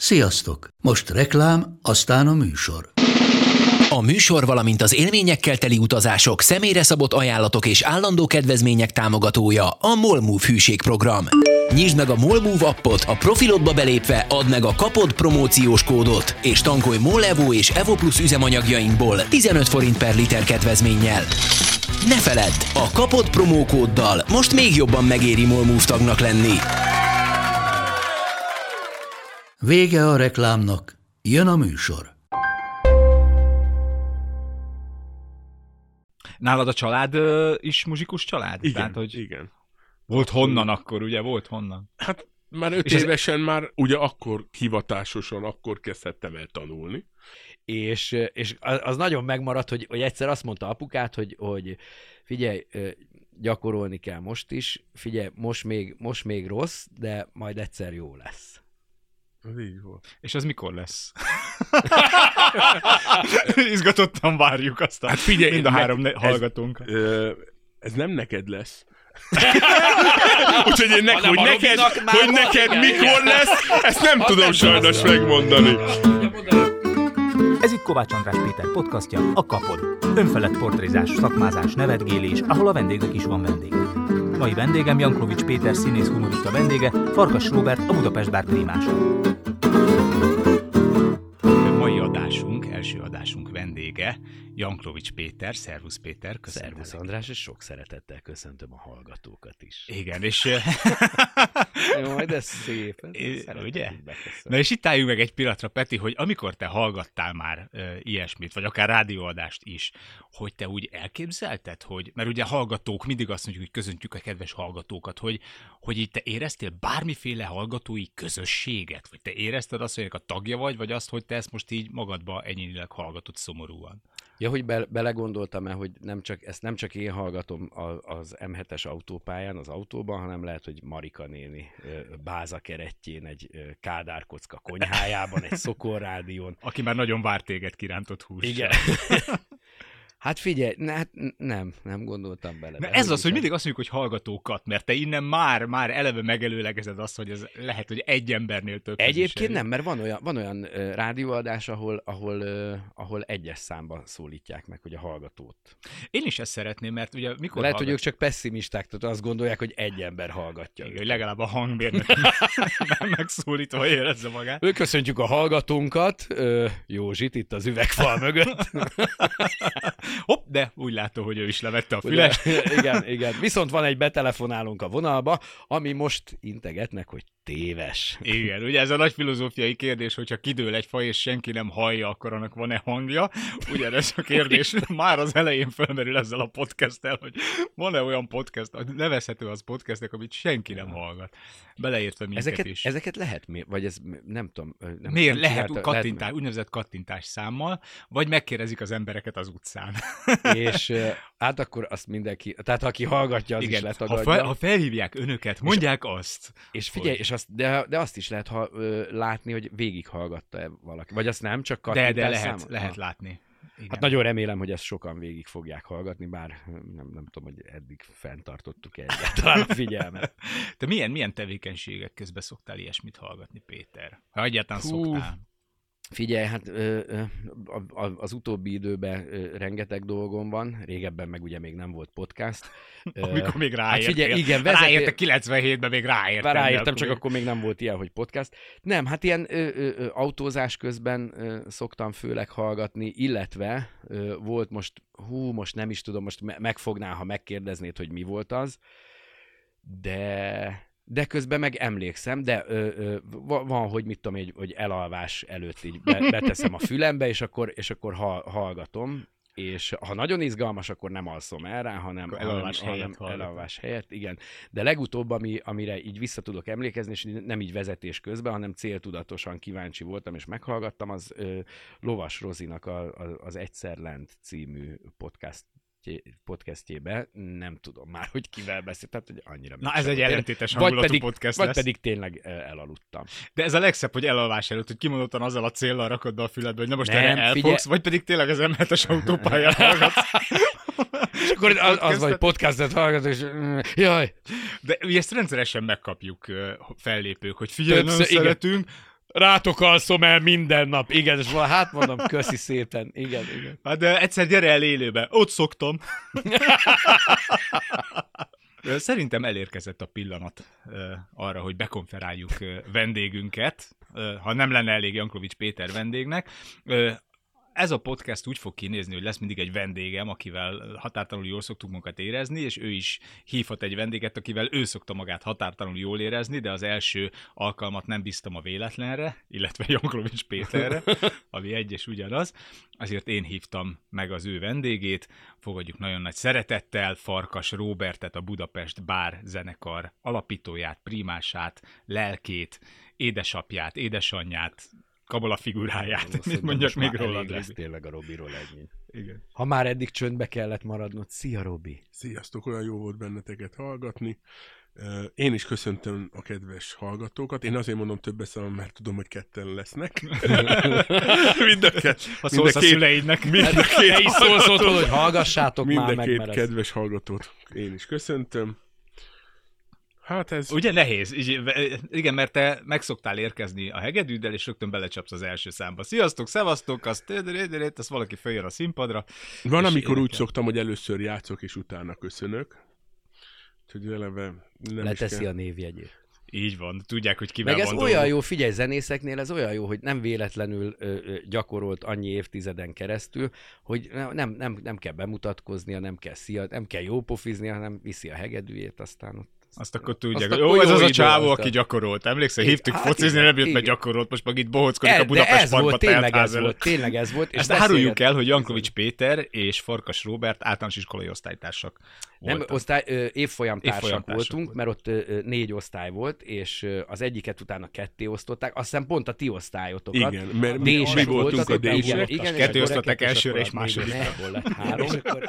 Sziasztok! Most reklám, aztán a műsor. A műsor, valamint az élményekkel teli utazások, személyre szabott ajánlatok és állandó kedvezmények támogatója a MOLMOVE hűségprogram. Nyisd meg a MOLMOVE appot, a profilodba belépve add meg a kapod promóciós kódot, és tankolj MOL Evo és Evo Plus üzemanyagjainkból 15 forint per liter kedvezménnyel. Ne feledd, a kapod promókóddal most még jobban megéri MOLMOVE tagnak lenni. Vége a reklámnak, jön a műsor. Nálad a család is muzsikus család? Igen, tehát, hogy igen. Volt honnan akkor, ugye? Volt honnan? Hát már 5 évesen már, ugye akkor hivatásosan, akkor kezdhettem el tanulni. És az nagyon megmaradt, hogy egyszer azt mondta apukát, hogy figyelj, gyakorolni kell most is, figyelj, most még rossz, de majd egyszer jó lesz. Az így volt. És az mikor lesz? Izgatottan várjuk aztán. Hát figyelj, mind a három hallgatónk. Ez nem neked lesz. Úgyhogy hogy neked mikor lesz, ezt nem tudom sajnos megmondani. Ez itt Kovács András Péter podcastja, a Kapod. Önfelett portrézás, szakmázás, nevetgélés, ahol a vendégnek is van vendége. Mai vendégem Janklowicz Péter színész humorista vendége, Farkas Róbert, a Budapest Bár primása. Mai adásunk, első adásunk vendége Janklowicz Péter. Szervusz Péter, köszönöm. Szervusz András, és sok szeretettel köszöntöm a hallgatókat is. Igen, és... Majd ez szép. Ugye? Na és itt álljunk meg egy pillanatra, Peti, hogy amikor te hallgattál már ilyesmit, vagy akár rádióadást is, hogy te úgy elképzelted, hogy, mert ugye hallgatók, mindig azt mondjuk, hogy köszöntjük a kedves hallgatókat, hogy így te éreztél bármiféle hallgatói közösséget, vagy te érezted azt, hogy a tagja vagy azt, hogy te ezt most így magadba egyénileg hallgatod szomorúan? Ja, hogy belegondoltam el, hogy ezt nem csak én hallgatom az M7-es autópályán, az autóban, hanem lehet, hogy Marika néni báza kerettjén, egy Kádár kocka konyhájában, egy Szokor rádión. Aki már nagyon vár téged kirántott hússal. Igen. Hát figyelj, nem gondoltam bele. Na ez az, hogy mindig azt mondjuk, hogy hallgatókat, mert te innen már eleve megelőlegezed azt, hogy ez lehet, hogy egy embernél több. Egyébként nem, mert van olyan rádióadás, ahol egyes számban szólítják meg, hogy a hallgatót. Én is ezt szeretném, mert ugye mikor lehet, hogy ők csak pessimisták, tehát azt gondolják, hogy egy ember hallgatja. Igen, hogy legalább a hangmérnök nem megszólítva érezze magát. Köszöntjük a hallgatónkat, Józsit itt az üvegfal mögött. Hopp, de úgy látom, hogy ő is levette a füles. Igen. Viszont van egy betelefonálunk a vonalba, ami most integetnek, hogy téves. Igen, ugye ez a nagy filozófiai kérdés, hogyha kidől egy fa és senki nem hallja, akkor annak van-e hangja? Ugyanez a kérdés már az elején felmerül ezzel a podcasttel, hogy van-e olyan podcast, nevezhető az podcastnek, amit senki nem hallgat. Beleértve minket is. Ezeket lehet, vagy ez nem tudom. Miért lehet kattintás, úgynevezett kattintás számmal, vagy megkérdezik az embereket az utcán. És hát akkor azt mindenki, tehát aki hallgatja, az igen, is letagadja. Ha felhívják önöket, mondják azt. És figyelj, és de azt is lehet látni, hogy végighallgatta-e valaki. Vagy azt nem, csak kattintás de lehet látni. Igen. Hát nagyon remélem, hogy ezt sokan végig fogják hallgatni, bár nem tudom, hogy eddig fenntartottuk egyáltalán a figyelmet. Te milyen tevékenységek közben szoktál ilyesmit hallgatni, Péter? Ha egyáltalán szoktál. Figyelj, hát az utóbbi időben rengeteg dolgom van, régebben meg ugye még nem volt podcast. Amikor még ráértél. Hát figyelj, igen, ráértek 97-ben, még ráértem. Ráértem, csak akkor még nem volt ilyen, hogy podcast. Nem, hát ilyen autózás közben szoktam főleg hallgatni, illetve volt most nem is tudom, most megfognál, ha megkérdeznéd, hogy mi volt az, de közben meg emlékszem, de van, hogy mit tudom, hogy elalvás előtt így beteszem a fülembe, és akkor hallgatom, és ha nagyon izgalmas, akkor nem alszom el rá, hanem elalvás helyett, igen. De legutóbb, amire így vissza tudok emlékezni, és nem így vezetés közben, hanem céltudatosan kíváncsi voltam, és meghallgattam, az Lovas Rozinak az Egyszer Lent című podcastjébe, nem tudom már, hogy kivel beszél, tehát hogy annyira... Na ez egy ellentétes hangulatú podcast lesz. Vagy pedig tényleg elaludtam. De ez a legszebb, hogy elalvás előtt, hogy kimondottan azzal a céllal rakod be a füledbe, hogy na most erre elfogsz, vagy pedig tényleg az M7-es autópályán hallgatsz. És akkor az vagy podcastet hallgat, és jaj! De ezt rendszeresen megkapjuk fellépők, hogy figyelj, nagyon szeretünk, Rátok alszom el minden nap. Igen, és hát mondom, köszi szépen. Igen. Hát de egyszer gyere el élőbe. Ott szoktam. Szerintem elérkezett a pillanat arra, hogy bekonferáljuk vendégünket, ha nem lenne elég Janklovics Péter vendégnek. Ez a podcast úgy fog kinézni, hogy lesz mindig egy vendégem, akivel határtalanul jól szoktuk magunkat érezni, és ő is hívhat egy vendéget, akivel ő szokta magát határtalanul jól érezni, de az első alkalmat nem bíztam a véletlenre, illetve Janklovics Péterre, ami egy és ugyanaz. Azért én hívtam meg az ő vendégét, fogadjuk nagyon nagy szeretettel Farkas Róbertet, a Budapest Bár zenekar alapítóját, prímását, lelkét, édesapját, édesanyját, kabala figuráját. Mit mondjak még róla? Elég lesz tényleg a Robiról ennyi. Igen. Ha már eddig csöndbe kellett maradnod. Szia, Robi! Sziasztok, olyan jó volt benneteket hallgatni. Én is köszöntöm a kedves hallgatókat. Én azért mondom több beszélem, mert tudom, hogy ketten lesznek. Ha szólsz a szüleidnek. Te is szólsz otthon, hogy hallgassátok már meg. Mind a két kedves hallgatót én is köszöntöm. Hát ez... Ugye nehéz? Igen, mert te meg szoktál érkezni a hegedűddel, és rögtön belecsapsz az első számba. Sziasztok, szevasztok, azt valaki följön a színpadra. Van, amikor úgy szoktam, hogy először játszok, és utána köszönök. Úgyhogy eleve nem leteszi a névjegyét. Így van, tudják, hogy kivel meg van ez dolgok. olyan jó, figyelj, zenészeknél ez olyan jó, hogy nem véletlenül gyakorolt annyi évtizeden keresztül, hogy nem kell bemutatkoznia, nem kell jópofiznia, hanem viszi a hegedűjét, aztán ott. Azt akkor tudják, hogy jó, ez az a csávó, aki gyakorolt. Emlékszel, hívtuk focizni, nem jött, mert gyakorolt, most meg itt bohóckodik a Budapest Parkba teltház előtt. Tényleg ez volt. Ezt áruljuk el, hogy Janklovics Péter és Farkas Róbert általános iskolai osztálytársak voltak. Nem, évfolyamtársak voltunk, mert ott 4 osztály volt, és az egyiket utána ketté osztották, azt hiszem pont a ti osztályotokat. Igen, mert mi voltunk a D-sek. Ketté osztották elsőre és másodikra. Lett 3.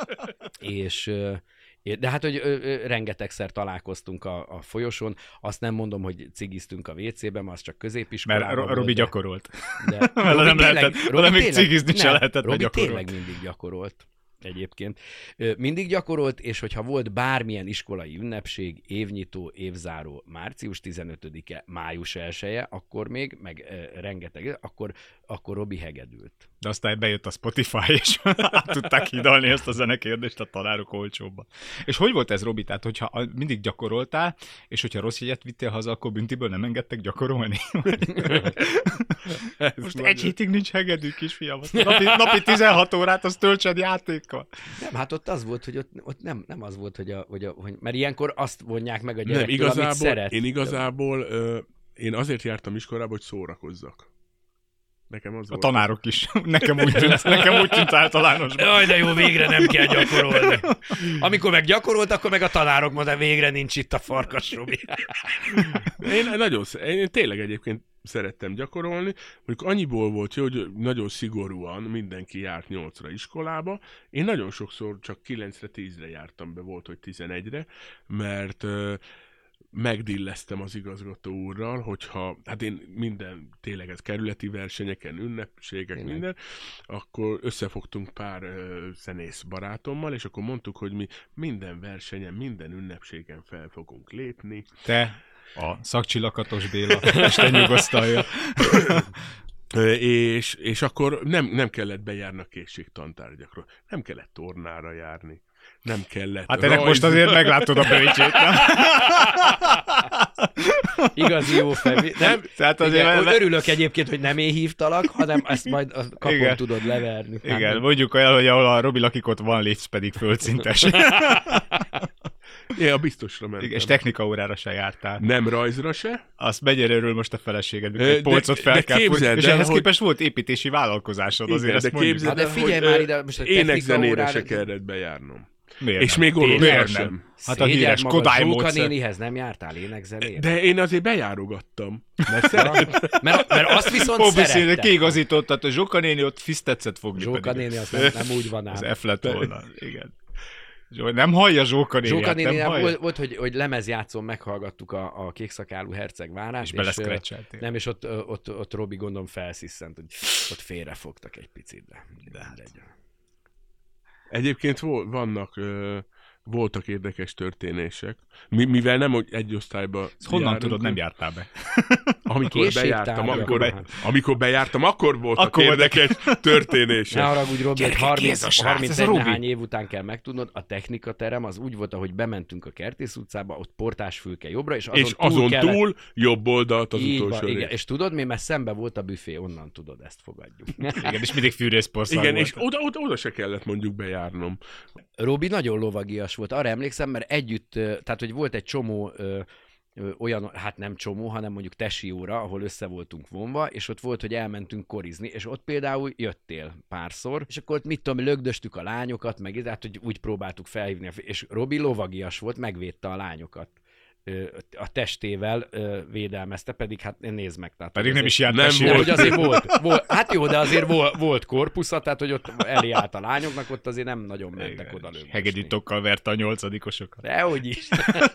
De hát, hogy rengetegszer találkoztunk a folyosón, azt nem mondom, hogy cigiztünk a WC-ben, az csak középiskolában. Mert Robi gyakorolt. De nem lehetett, de még cigizni se lehetett, Robi tényleg mindig gyakorolt. Egyébként. Mindig gyakorolt, és hogyha volt bármilyen iskolai ünnepség, évnyitó, évzáró, március 15-e, május 1-e, akkor még, meg rengeteg, akkor Robi hegedült. De aztán bejött a Spotify, és át tudták hidalni ezt a zenekérdést a tanárok olcsóbban. És hogy volt ez, Robi? Tehát, hogyha mindig gyakoroltál, és hogyha rossz jegyet vittél haza, akkor büntiből nem engedtek gyakorolni? Most egy hétig nincs hegedű, kisfiam. Napi 16 órát, azt töltsed játékkal. Nem, hát ott az volt, hogy ott nem az volt, hogy mert ilyenkor azt vonják meg a gyerektől, amit szeret. Én igazából én azért jártam iskolába, hogy szórakozzak. Nekem az a tanárok is. Nekem úgy tűnt általánosban. Jaj, de jó, végre nem kell gyakorolni. Amikor meg gyakorolt, akkor meg a tanárok mondták, végre nincs itt a Farkas Robi. Én tényleg egyébként szerettem gyakorolni. Mondjuk annyiból volt jó, hogy nagyon szigorúan mindenki járt 8-ra iskolába. Én nagyon sokszor csak 9-re, 10-re jártam be, volt, hogy 11-re, mert megdilleztem az igazgató úrral, hogyha, hát én tényleg ez kerületi versenyeken, ünnepségek, minden, akkor összefogtunk pár zenész barátommal, és akkor mondtuk, hogy mi minden versenyen, minden ünnepségen fel fogunk lépni. Te, a Szakcsillakatos Béla, Isten nyugosztalja. És akkor nem kellett bejárni a készségtantárgyakról, nem kellett tornára járni. Nem kellett. Hát ennek most azért meglátod a bőjtsét, nem? Igazi jó felvé. Nem, tehát azért örülök egyébként, hogy nem én hívtalak, hanem ezt majd a kapon tudod leverni. Igen, mondjuk olyan, hogy ahol a Robi lakik, ott van lift, pedig földszintes. Ja, biztosra mentem. És technikaórára se jártál. Nem rajzra se. Azt mennyire örül most a feleséged, mikor egy polcot fel kell fúrni. És ehhez képest volt építési vállalkozásod, azért ezt mondjuk. De figyelj már ide, most a énekzenére se kellett bejárnom. Miért és még orvosra sem. Hát a híres Kodály módszer. Zsóka nénihez nem jártál énekzenére? De én azért bejárogattam. Mert azt viszont szerettem. Kiigazítottad, hogy Zsóka néni ott fisztetszet fogni. Zsóka néni az nem úgy van ám. Az F lett volna, igen. Nem hallja Zsóka néniát, Zsóka néni volt, hogy lemezjátszón meghallgattuk a Kékszakálú Herceg várát. És beleszkrecseltél. Nem, és ott Robi gondolom felsziszent, hogy ott félrefogtak egy picit. De Egyébként vannak voltak érdekes történések. Mivel nem egy osztályba honnan tudod, nem jártál be? Amikor bejártam, akkor voltak érdekes történések. Ne haragudj, Robert, 30 Robi. év után kell megtudnod, a technikaterem az úgy volt, ahogy bementünk a Kertész utcába, ott portásfülke jobbra, és azon túl jobb oldalt az így utolsó van, igen. rész. És tudod mi, mert szembe volt a büfé, onnan tudod, ezt fogadjuk. Igen, és mindig fűrészporszal Igen, volt. és oda se kellett mondjuk bejárnom. Robi nagyon lovagias volt, arra emlékszem, mert együtt, tehát hogy volt egy csomó olyan, hát nem csomó, hanem mondjuk tesi óra, ahol össze voltunk vonva, és ott volt, hogy elmentünk korizni, és ott például jöttél párszor, és akkor ott mit tudom, lögdöstük a lányokat, meg hát, hogy úgy próbáltuk felhívni, és Robi lovagias volt, megvédte a lányokat. A testével védelmezte, pedig hát nézd meg. Tehát, pedig nem is járt nem mesélni. hogy azért volt, hát jó, de azért volt korpusza, tehát hogy ott elé állt a lányoknak, ott azért nem nagyon mentek oda lögdösni. Hegedűtokkal verte a 8-osokat. Dehogy is.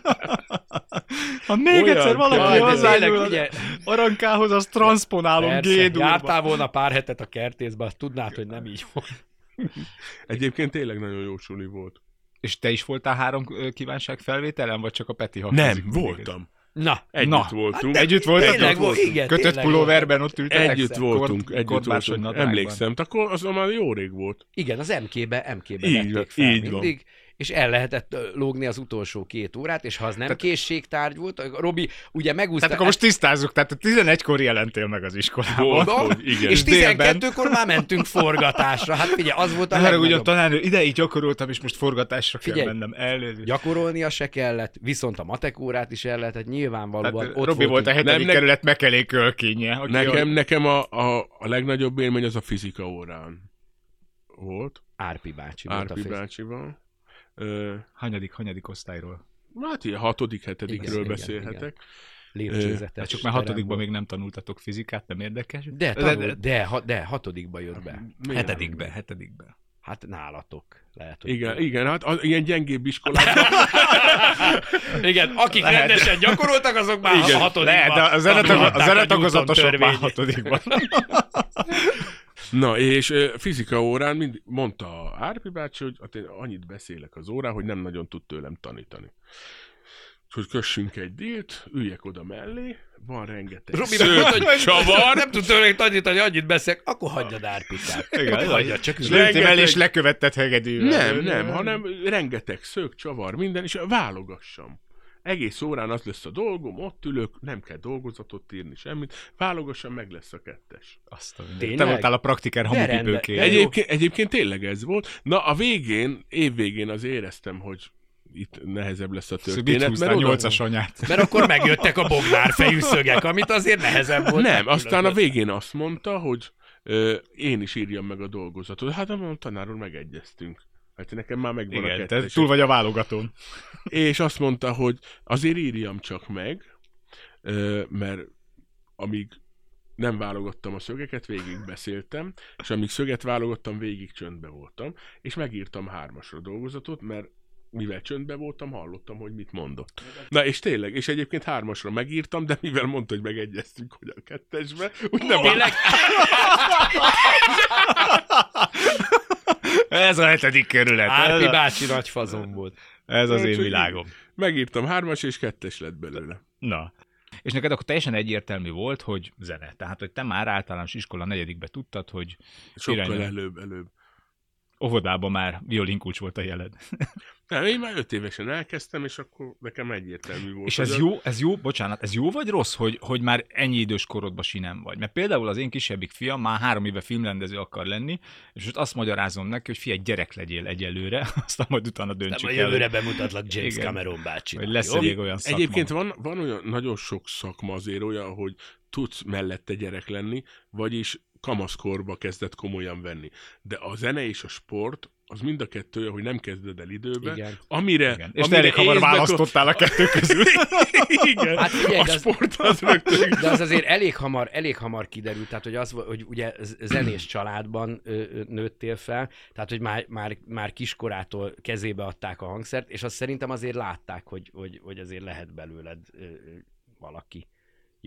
Ha még Olyan egyszer valaki kell, hozzányúl ugye- arankához, azt transzponálom Persze, G-durba. jártál volna pár hetet a Kertészbe, azt tudnád, hogy nem így volt. Egyébként tényleg nagyon jó suli volt. És te is voltál 3 kívánság felvételen, vagy csak a Peti Nem, hakkozik? voltam. Na, Együtt voltunk. Együtt voltatok? tényleg volt, igen. Kötött tényleg pulóverben ott ültetek? Együtt voltunk. Kordbársony nadrágban. Emlékszem, akkor az már jó rég volt. Igen, az MK-be Így vették van, fel így van. mindig, és el lehetett lógni az utolsó 2 órát, és ha az nem készségtárgy volt, Robi ugye megúszta... Tehát akkor most tisztázzuk, tehát 11-kor jelentél meg az iskolában. Volt, Oda, hogy igen. és délben. 12-kor már mentünk forgatásra. Hát figyelj, az volt a Ugyan legnagyobb. tanárnő, ideig gyakoroltam, és most forgatásra kell Figyelj, mennem. Elnézést. Gyakorolnia se kellett, viszont a matek órát is el lehetett, nyilvánvalóan Tehát ott Robi volt a 7. Nem, kerület Mekelé kölkénye. aki Nekem a legnagyobb élmény az a fizika órán volt. Árpi bácsi volt Árpi a bácsival. Hanyadik osztályról? Hát ilyen 6.-7. Igen, beszélhetek. lépcsőzetes. Csak már terem 6-ban volt. még nem tanultatok fizikát, nem érdekes? De 6-ba jött be. Miért? 7-ben. Hát nálatok lehet, hogy... Igen, hát ilyen gyengébb iskolában. Igen, akik rendesen gyakoroltak, azok már Igen. 6-ba. Lehet, de a zenetagozatosok már 6-ban. Na, és fizika órán mindig mondta Árpi bácsi, hogy hát én annyit beszélek az órán, hogy nem nagyon tud tőlem tanítani. Hogy kössünk egy dílt, üljek oda mellé, van rengeteg Robi szők, mondta, hogy csavar, nem tud tőle tanítani, annyit beszélek, akkor hagyjad Árpikát. Hagyjad, csak És lőttem el, és lekövetted hegedűvel. Nem, hanem rengeteg szők, csavar, minden, és válogassam. Egész órán az lesz a dolgom, ott ülök, nem kell dolgozatot írni, semmit, válogassam, meg lesz a 2. Azt a mindenit. Tényleg? Te voltál a praktikár hamupipőké. De jó. Egyébként tényleg ez volt. Na, a végén, évvégén az éreztem, hogy itt nehezebb lesz a Mit történet. húztál Mert oda... 8-as anyát? Mert akkor megjöttek a bognárfejű szögek, amit azért nehezebb volt. Nem, aztán a végén azt mondta, hogy én is írjam meg a dolgozatot. Hát a tanárról megegyeztünk. Hát nekem már megvan a Igen, 2. te túl vagy a válogatón. És azt mondta, hogy azért írjam csak meg, mert amíg nem válogattam a szögeket, végig beszéltem, és amíg szöget válogattam, végig csöndbe voltam, és megírtam 3-asra dolgozatot, mert mivel csöndbe voltam, hallottam, hogy mit mondott. Na és tényleg, és egyébként 3-asra megírtam, de mivel mondta, hogy megegyeztünk, hogy a 2-esbe, úgy nem Tényleg? Ez a 7. kerület. Árpi bácsi nagy fazon volt. Ez az én Úgyhogy világom. Megírtam 3-as, és 2 lett belőle. Na. És neked akkor teljesen egyértelmű volt, hogy zene. Tehát, hogy te már általános iskola 4-be tudtad, hogy Sokkal előbb. óvodában már violinkulcs volt a jeled. Nem, én már 5 évesen elkezdtem, és akkor nekem egyértelmű volt. És ez jó vagy rossz, hogy már ennyi idős korodban sinem vagy? Mert például az én kisebbik fiam már 3 éve filmrendező akar lenni, és most azt magyarázom neki, hogy figyelj, gyerek legyél egyelőre, aztán majd utána döntsük el. Jövőre bemutatlak James Igen. Cameron bácsinak. Hogy lesz jó? még olyan szakma. Egyébként van olyan nagyon sok szakma azért olyan, hogy tudsz mellette gyerek lenni, vagyis kamaszkorba kezdett komolyan venni. De a zene és a sport, az mind a kettő olyan, hogy nem kezded el időben. Igen. Amire, Igen. És amire elég hamar észbe- választottál a 2 közül. Igen. Hát figyelj, a de az- sport az rögtön. De az azért elég hamar kiderült, tehát hogy ugye zenés családban nőttél fel, tehát hogy már kiskorától kezébe adták a hangszert, és azt szerintem azért látták, hogy azért lehet belőled valaki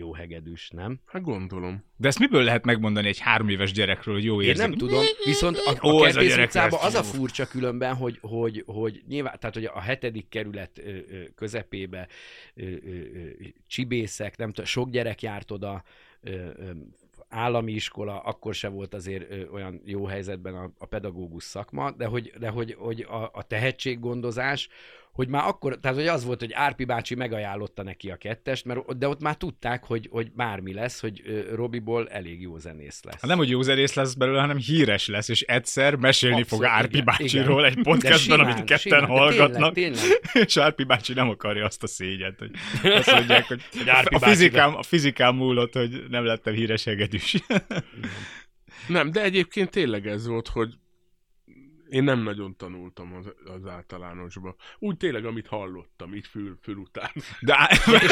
jó hegedűs, nem? Hát gondolom. De ezt miből lehet megmondani egy 3 éves gyerekről, hogy jó Én érzek? nem tudom, viszont a Kertész utcában az a furcsa különben, hogy nyilván, tehát hogy a 7. kerület közepébe csibészek, nem tudom, sok gyerek járt oda, állami iskola, akkor se volt azért olyan jó helyzetben a pedagógus szakma, de hogy a tehetséggondozás, hogy már akkor, tehát hogy az volt, hogy Árpi bácsi megajánlotta neki a 2-est, de ott már tudták, hogy bármi lesz, hogy Robiból elég jó zenész lesz. Hát nem, hogy jó zenész lesz belőle, hanem híres lesz, és egyszer mesélni fog Árpi bácsiról egy podcastban, amit ketten hallgatnak, tényleg. És Árpi bácsi nem akarja azt a szégyet, hogy azt mondják, hogy a fizikám múlott, hogy nem lettem híres hegedűs. Nem, de egyébként tényleg ez volt, hogy én nem nagyon tanultam az általánosba. Úgy tényleg, amit hallottam, így fül után. De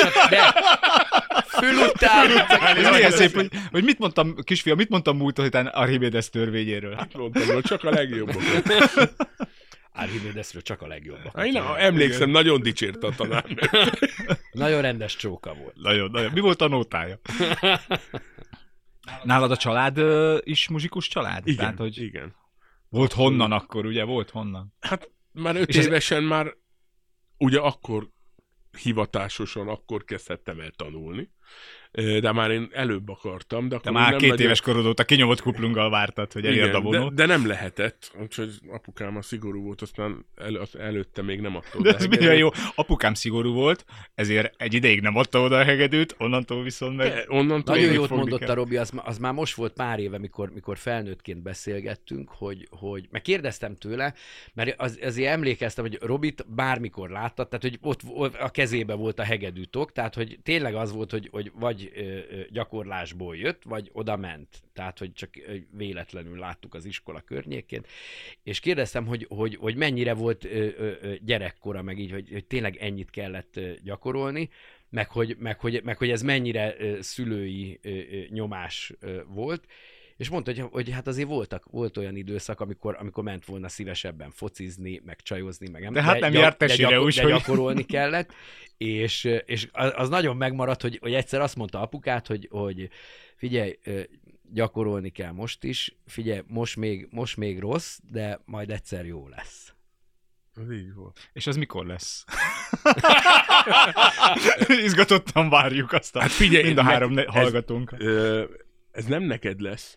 fül után! Ez milyen szép, hogy mit mondtam, kisfiam, mit mondtam múlt héten Archimedes törvényéről? Hát mondtam, hogy csak a legjobbak. Archimedesről csak a legjobbak. Én emlékszem, nagyon dicsérte a tanárnő. Nagyon rendes csóka volt. Nagyon. Mi volt a nótája? Nálad a család is muzsikus család? Igen, tehát, hogy igen. Volt honnan akkor, ugye? Volt honnan? Hát már 5 évesen már ugye akkor hivatásosan akkor kezdhettem el tanulni, de már én előbb akartam. De már 2 éves korod óta kinyomott kuplunggal vártad, hogy elérd a vonót. De nem lehetett, úgyhogy apukám a szigorú volt, aztán előtte még nem adta oda. De ez milyen jó, apukám szigorú volt, ezért egy ideig nem adta oda a hegedűt, onnantól viszont meg... Nagyon jót mondott a Robi, az már most volt pár éve, mikor felnőttként beszélgettünk, hogy meg kérdeztem tőle, mert azért emlékeztem, hogy Robit bármikor láttad, tehát hogy ott a kezébe volt a hegedűtok, tehát hogy tényleg az volt, hogy vagy gyakorlásból jött, vagy oda ment. Tehát, hogy csak véletlenül láttuk az iskola környékén. És kérdeztem, hogy mennyire volt gyerekkora, meg így, hogy tényleg ennyit kellett gyakorolni, meg hogy ez mennyire szülői nyomás volt. És mondta, hogy hát azért volt olyan időszak, amikor ment volna szívesebben focizni, meg csajozni, meg de hát nem járt esére úgy, de gyakorolni kellett, és az nagyon megmaradt, hogy egyszer azt mondta apukát, hogy figyelj, gyakorolni kell most is, figyelj, most még rossz, de majd egyszer jó lesz. Az így volt. És az mikor lesz? Izgatottan várjuk azt a... Hát figyelj, mind a 3 hallgatónk. Ez nem neked lesz.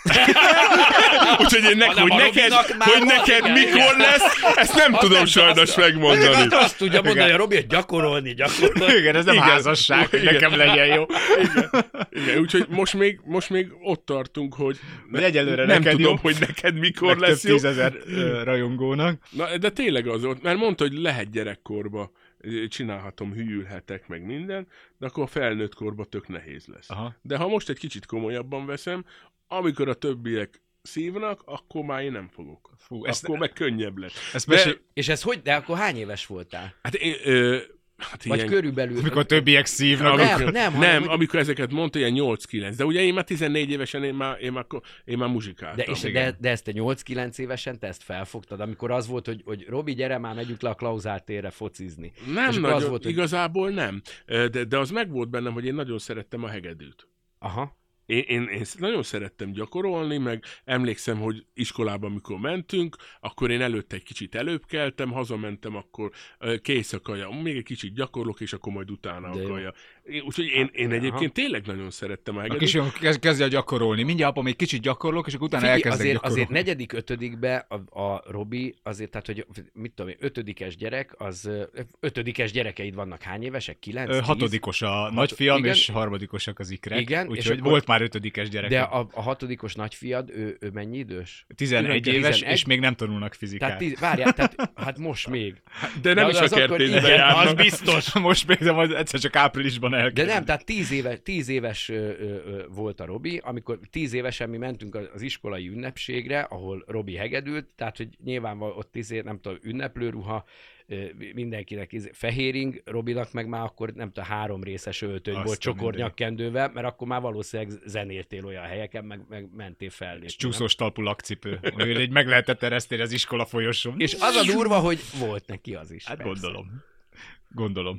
Úgyhogy neked mikor lesz, ezt nem tudom sajnos megmondani. Azt tudja mondani, a Robi, hogy gyakorolni. Igen, ez nem házasság, hogy nekem legyen jó. Igen, úgyhogy most még ott tartunk, hogy egyelőre nem tudom, hogy neked mikor lesz jó. 10 000 rajongónak. Na, de tényleg az volt, mert mondta, hogy lehet gyerekkorba csinálhatom, hülyülhetek, meg minden, de akkor a felnőtt korba tök nehéz lesz. Aha. De ha most egy kicsit komolyabban veszem, amikor a többiek szívnak, akkor már én nem fogok. Akkor meg könnyebb lesz. És ez hogy? De akkor hány éves voltál? Hát én... vagy ilyen, körülbelül... Amikor többiek szívnak. Nem, amikor ezeket mondta, ilyen 8-9. De ugye én már 14 évesen, én már muzsikáltam. De ezt te 8-9 évesen te ezt felfogtad, amikor az volt, hogy Robi, gyere már, megyünk le a Klauzál térre focizni. Nem nagyon, volt, igazából nem. De az meg volt bennem, hogy én nagyon szerettem a hegedűt. Aha. Én nagyon szerettem gyakorolni, meg emlékszem, hogy iskolában, amikor mentünk, akkor én előtte egy kicsit előbb keltem, hazamentem, akkor kész a kaja, még egy kicsit gyakorlok, és akkor majd utána a kaja. Úgyhogy én egyébként tényleg nagyon szerettem a hegedűt. A kisfiam kezdje gyakorolni. Mindjárt apa még kicsit gyakorlok, és akkor utána elkezdek gyakorolni. Azért 4.-5. a Robi, azért, tehát, hogy mit tudom én, 5-es gyerek, az 5-es gyerekeid vannak hány évesek? 9? 6-os a nagyfiam, és 3-osak az ikrek. Igen, úgyhogy volt már 5-es gyerek. De a 6-os nagyfiad, ő mennyi idős? 11 éves, és még nem tanulnak fizikát. Tehát várjál, hát most még. De nem is a kertészbe járnak. Az biztos. Most még, de majd egyszer csak áprilisban elkezdik. De nem, tehát 10 éves volt a Robi, amikor 10 évesen mi mentünk az iskolai ünnepségre, ahol Robi hegedült, tehát hogy nyilván ott nem tudom, ünneplőruha, mindenkinek fehéring, Robinak meg már akkor nem tudom, 3 részes öltöny volt csokornyakkendővel, mert akkor már valószínűleg zenéltél olyan helyeken, meg mentél fellépni. És csúszós talpú lakcipő. Így meg lehetett ereszteni az iskola folyosón. És az a durva, hogy volt neki az is. Hát gondolom.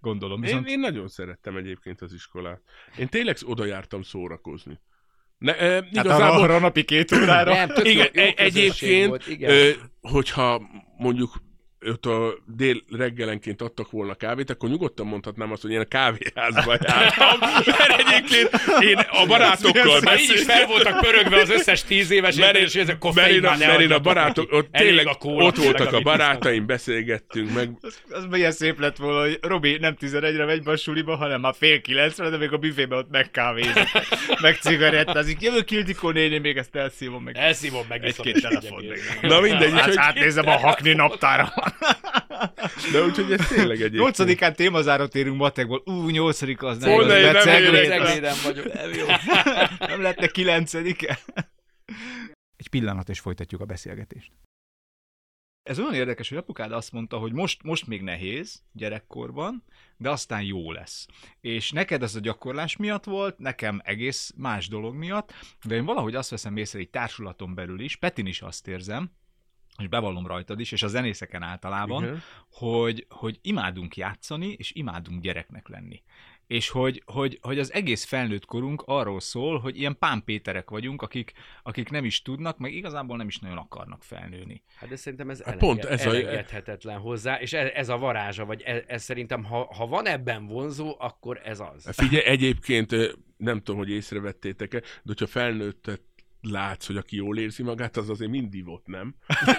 gondolom. Én nagyon szerettem egyébként az iskolát. Én tényleg oda jártam szórakozni. Igazából arra napi 2 órára. Nem, igen, jó egyébként, volt, igen. hogyha mondjuk ott a reggelenként adtak volna kávét, akkor nyugodtan mondhatnám azt, hogy én a kávéházba jártam, mert egyébként én a barátokkal Már így is fel voltak pörögve az összes 10 éves és ezek koffein már ne mert én a adjatok. barátok, ott tényleg a kóla, ott voltak a legalább barátaim, beszélgettünk meg. Az milyen szép lett volna, hogy Robi nem 11-re megy be a suliba, hanem már 8:30-re, de még a büfében ott megkávézik, meg cigarettázik. Jövök Ildikó néni, még ezt elszívom meg. Elszívom meg. Egy-két telefon még. Na mindegy. Hát átnézem a hakni naptára. De úgyhogy ez tényleg egyébként. 8-án témazárat érünk matekból. 8. az nem. Volna, én nem Cegléden vagyok. Nem lehetne 9-e? Egy pillanat, és folytatjuk a beszélgetést. Ez olyan érdekes, hogy apukád azt mondta, hogy most még nehéz gyerekkorban, de aztán jó lesz. És neked ez a gyakorlás miatt volt, nekem egész más dolog miatt, de én valahogy azt veszem észre, hogy társulaton belül is, Petin is azt érzem, és bevallom rajtad is, és a zenészeken általában, hogy imádunk játszani, és imádunk gyereknek lenni. És hogy az egész felnőtt korunk arról szól, hogy ilyen Pán Péterek vagyunk, akik nem is tudnak, meg igazából nem is nagyon akarnak felnőni. Hát de szerintem ez elengedhetetlen hozzá, és ez a varázsa, vagy ez szerintem, ha van ebben vonzó, akkor ez az. Figyelj, egyébként nem tudom, hogy észrevettétek-e, de hogyha felnőttet látsz, hogy aki jól érzi magát, az azért mindig ott, nem?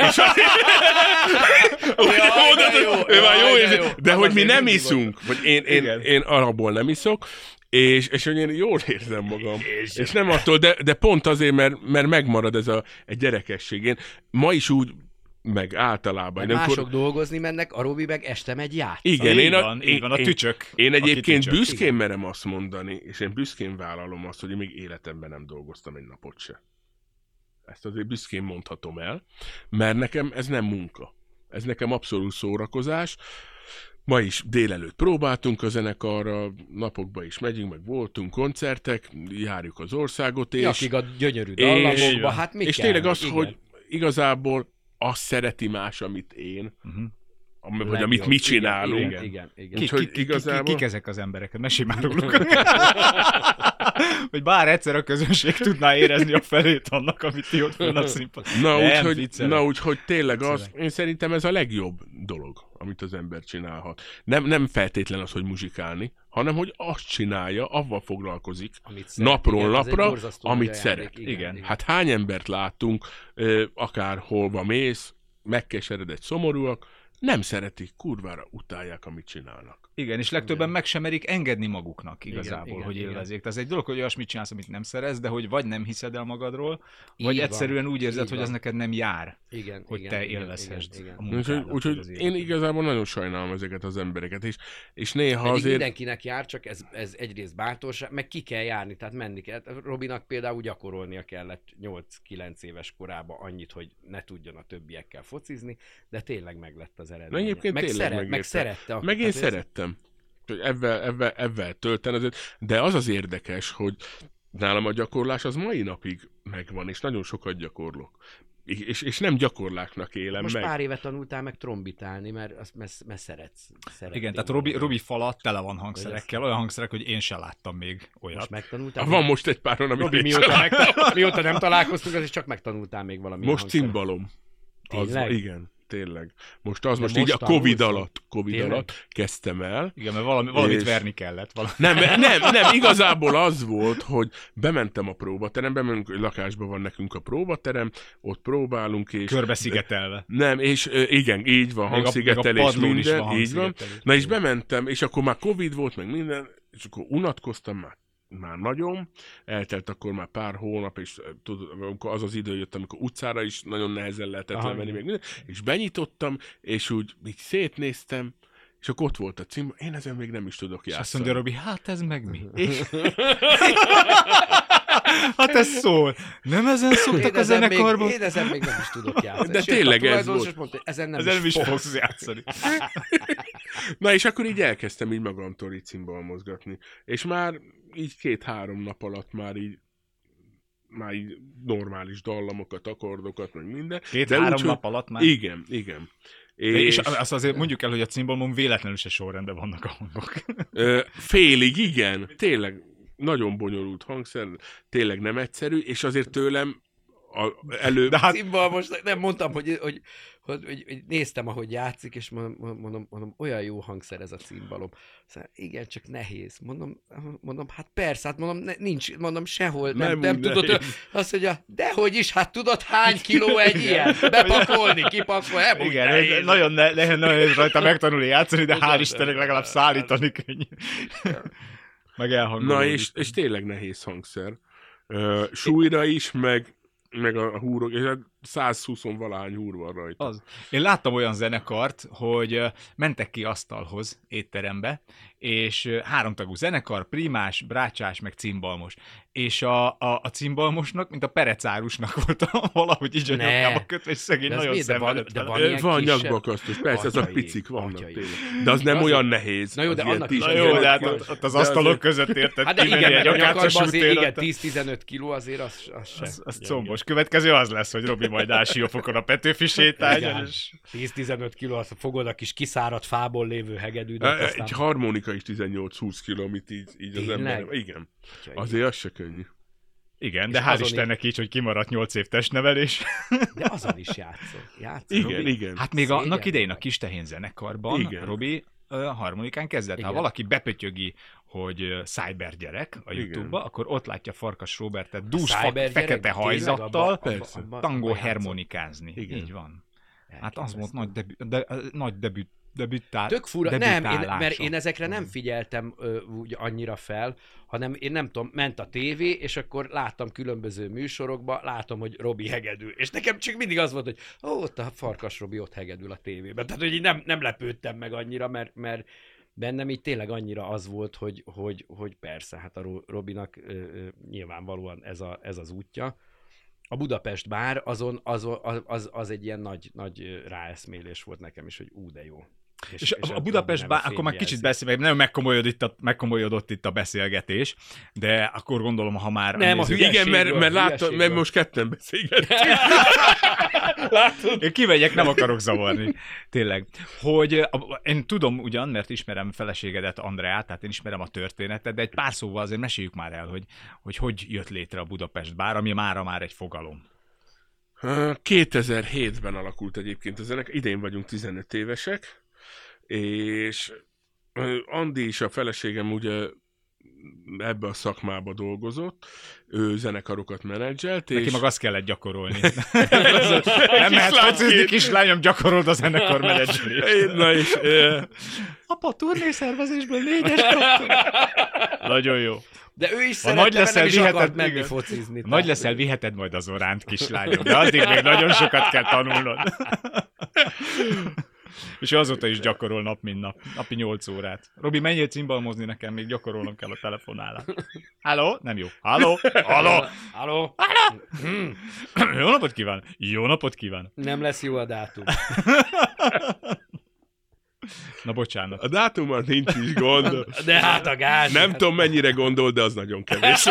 De hogy mi nem iszunk, vagy én alapból nem iszok, és hogy én jól érzem magam. És nem attól, de pont azért, mert megmarad ez egy gyerekesség. Én ma is úgy, meg általában. Mások dolgozni mennek, a Robi meg este megy játszani. Igen, így van, a tücsök. Én egyébként büszkén merem azt mondani, és én büszkén vállalom azt, hogy én még életemben nem dolgoztam egy napot se. Ezt azért büszkén mondhatom el, mert nekem ez nem munka. Ez nekem abszolút szórakozás. Ma is délelőtt próbáltunk a zenekarra, napokban is megyünk, meg voltunk koncertek, járjuk az országot, és... Jakig a gyönyörű dallamokba, hát mi és kell? tényleg az, hogy igazából azt szereti más, amit én, vagy amit mi csinálunk. Igen. Kik ezek az emberek? Mesélj már róluk. Hogy bár egyszer a közönség tudná érezni a felét annak, amit ti ott fönn a színpadon. Úgyhogy tényleg én szerintem ez a legjobb dolog, amit az ember csinálhat. Nem feltétlen az, hogy muzsikálni, hanem hogy azt csinálja, avval foglalkozik napról napra, amit szeret. Igen. Hát hány embert láttunk, akárholva mész, megkeseredett, szomorúak, nem szeretik, kurvára utálják, amit csinálnak. Igen, és legtöbben meg sem merik engedni maguknak igazából, hogy élvezzék. Tehát ez egy dolog, hogy olyasmit csinálsz, amit nem szeretsz, de hogy vagy nem hiszed el magadról, vagy egyszerűen úgy érzed, hogy az neked nem jár, hogy te élvezhessd a munkádat. Úgyhogy én igazából nagyon sajnálom ezeket az embereket, és néha azért... mindenkinek jár, csak ez egyrészt bátorság, meg ki kell járni, tehát menni kell. Robinak például gyakorolnia kellett 8-9 éves korában annyit, hogy ne tudjon a többiekkel focizni, de tényleg meglett az eredmény. Meg szerette. Meg én szerettem. Ebben tölten azért. De az érdekes, hogy nálam a gyakorlás az mai napig megvan, és nagyon sokat gyakorlok. És nem gyakorlásnak élem most meg. Most pár évet tanultál meg trombitálni, mert szeretsz. Igen, tehát Robi fala tele van hangszerekkel, olyan hangszerek, hogy én se láttam még olyat. Most megtanultál? Van most egy páron, amit Robi, mióta nem találkoztunk, az is csak megtanultál még valami most hangszeret. Cimbalom. Igen. Tényleg. Most így a Covid alatt kezdtem el. Igen, mert valamit verni kellett. Nem, igazából az volt, hogy bementem a próbaterembe, mert lakásban van nekünk a próbaterem, ott próbálunk, és... Körbeszigetelve. Nem, és igen, így van, hangszigetelés, minden, így van. Na és bementem, és akkor már Covid volt, meg minden, és akkor unatkoztam már nagyon, eltelt akkor már pár hónap, és amikor az idő jött, amikor utcára is nagyon nehezen lehetett lemenni, még minden, és benyitottam, és úgy így szétnéztem, és akkor ott volt a cím, én ezen még nem is tudok játszani. És azt mondja Robi, hát ez meg mi? Hát ez szól. Nem ezen szoktak a zenekarban? Én ezen még nem is tudok játszani. De tényleg ez volt. Mondta, ezen nem is fogsz játszani. Na és akkor így elkezdtem így magamtól így cimbalmozgatni. És már így 2-3 nap alatt már így normális dallamokat, akkordokat, meg minden. 2-3 nap alatt már? Igen. És azt azért mondjuk el, hogy a cimbalmon véletlenül se sorrendben vannak a hangok. Félig, igen. Tényleg nagyon bonyolult hangszer, tényleg nem egyszerű, és azért tőlem De hát most nem mondtam, hogy néztem, ahogy játszik, és mondom, olyan jó hangszer ez a cimbalom. Szóval, igen, csak nehéz. Mondom, hát persze, hát nincs, sehol, nem tudod. Azt mondja, dehogy is, hát tudod, hány kiló egy ilyen? Bepakolni, kipakolni, igen, nagyon nehéz rajta megtanulni játszani, de hál' Istennek legalább szállítani könnyű. Meg elhangolódik. Na, és tényleg nehéz hangszer. Súlyra is, meg a húrok, és 120-valahány húr van rajta. Az. Én láttam olyan zenekart, hogy mentek ki asztalhoz, étterembe, és 3 tagú zenekar, primás, brácsás, meg cimbalmos. És a cimbalmosnak, mint a perecárusnak volt valahogy így a nyakába kötve, és szegény nagyon szenvedett. Van nyakbakasztos, persze, ezek picik vannak tényleg. De az nem olyan nehéz. Na jó, de annak is. Na jó, de hát ott az asztalok között érted. Hát de igen, a nyakarban azért igen, 10-15 kiló azért az sem. Az combos. Következő az lesz, hogy Robi majd áll Siófokon a Petőfi sétányon. 10-15 kiló, azt fogod a kis kiszáradt fából lévő hegedűt. Egy harmonika is 18-20 kiló, amit így az ember... Igen. Azért az se könnyű. Igen, de hál' Istennek így, hogy kimaradt 8 év testnevelés. De azon is játszott. Igen. Hát még annak idején a Kis Tehén zenekarban Robi harmonikán kezdett. Ha valaki bepötyögi, hogy cybergyerek a YouTube-ba, akkor ott látja Farkas Robertet dús fekete hajzattal tangó harmonikázni. Így van. Hát az volt nagy debütál. Tök fura, mert én ezekre nem figyeltem úgy annyira fel, hanem én nem tudom, ment a tévé, és akkor láttam különböző műsorokban, látom, hogy Robi hegedül. És nekem csak mindig az volt, hogy ott a Farkas Robi ott hegedül a tévében. Tehát, hogy így nem lepődtem meg annyira, mert bennem így tényleg annyira az volt, hogy persze, hát a Robinak nyilvánvalóan ez az útja. A Budapest bár az egy ilyen nagy ráeszmélés volt nekem is, hogy de jó. És a Budapest bár, akkor már kicsit beszélünk, nem megkomolyodott itt a beszélgetés, de akkor gondolom, ha már... Nem, igen, mert most ketten beszélgetünk. Én kimegyek, nem akarok zavarni. Tényleg. Hogy én tudom ugyan, mert ismerem feleségedet, Andreát, tehát én ismerem a történetet, de egy pár szóval azért meséljük már el, hogy jött létre a Budapest bár, ami mára már egy fogalom. 2007-ben alakult egyébként a zenekar, idén vagyunk 15 évesek, és Andi is, a feleségem ugye ebbe a szakmába dolgozott, ő zenekarokat menedzselt. Neki meg azt kellett gyakorolni. Nem mehet focizni, kislányom, gyakorold a zenekar menedzselést. Na és... Apa, turnészervezésből 4-es kaptam. Nagyon jó. De ő is szerette, mert nem is akart menni focizni. Nagy leszel, viheted majd az oránt, kislányom, de addig még nagyon sokat kell tanulnod. És azóta is gyakorol nap, mint nap. Napi 8 órát. Robi, menjél cimbalmozni nekem, még gyakorolnom kell a telefonálát. Halló? Nem jó. Halló? Halló? Halló? Jó napot kíván! Jó napot kíván! Nem lesz jó a dátum. Na, bocsánat. A dátummal nincs is gond. De hát a gáz. Nem tudom, mennyire gondol, de az nagyon kevés.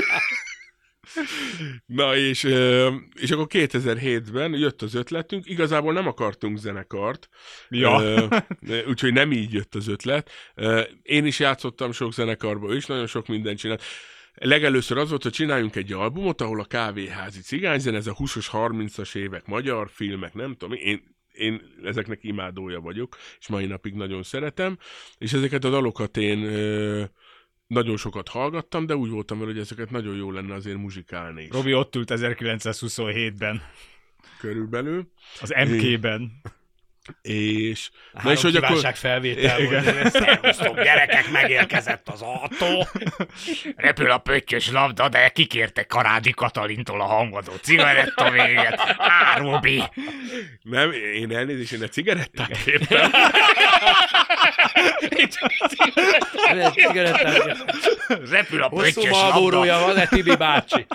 Na, és akkor 2007-ben jött az ötletünk, igazából nem akartunk zenekart, úgyhogy nem így jött az ötlet. Én is játszottam sok zenekarba, ő is nagyon sok mindent csinált. Legelőször az volt, hogy csináljunk egy albumot, ahol a kávéházi cigányzene, ez a 20-as, 30-as évek magyar filmek, nem tudom, én ezeknek imádója vagyok, és mai napig nagyon szeretem, és ezeket a dalokat én nagyon sokat hallgattam, de úgy voltam vele, hogy ezeket nagyon jó lenne azért muzsikálni. Robi ott ült 1927-ben. Körülbelül. Az MK-ben. És... Na és hogy akkor... felvétel volt. Szervusztok, gyerekek, megérkezett az autó. Repül a pöttyös labda, de kikérte Karádi Katalintól a hangadó cigaretta véget. Robi. Nem, én elnézést, én a cigarettát kértem. Repül a pöttyös labda. Hosszú malbórója van, Tibi bácsi.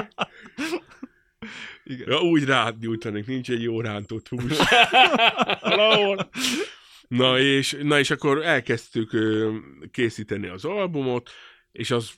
Igen. Ja, úgy rád nyújtanék, nincs egy jó rántott hús. Valahol. Na és akkor elkezdtük készíteni az albumot, és az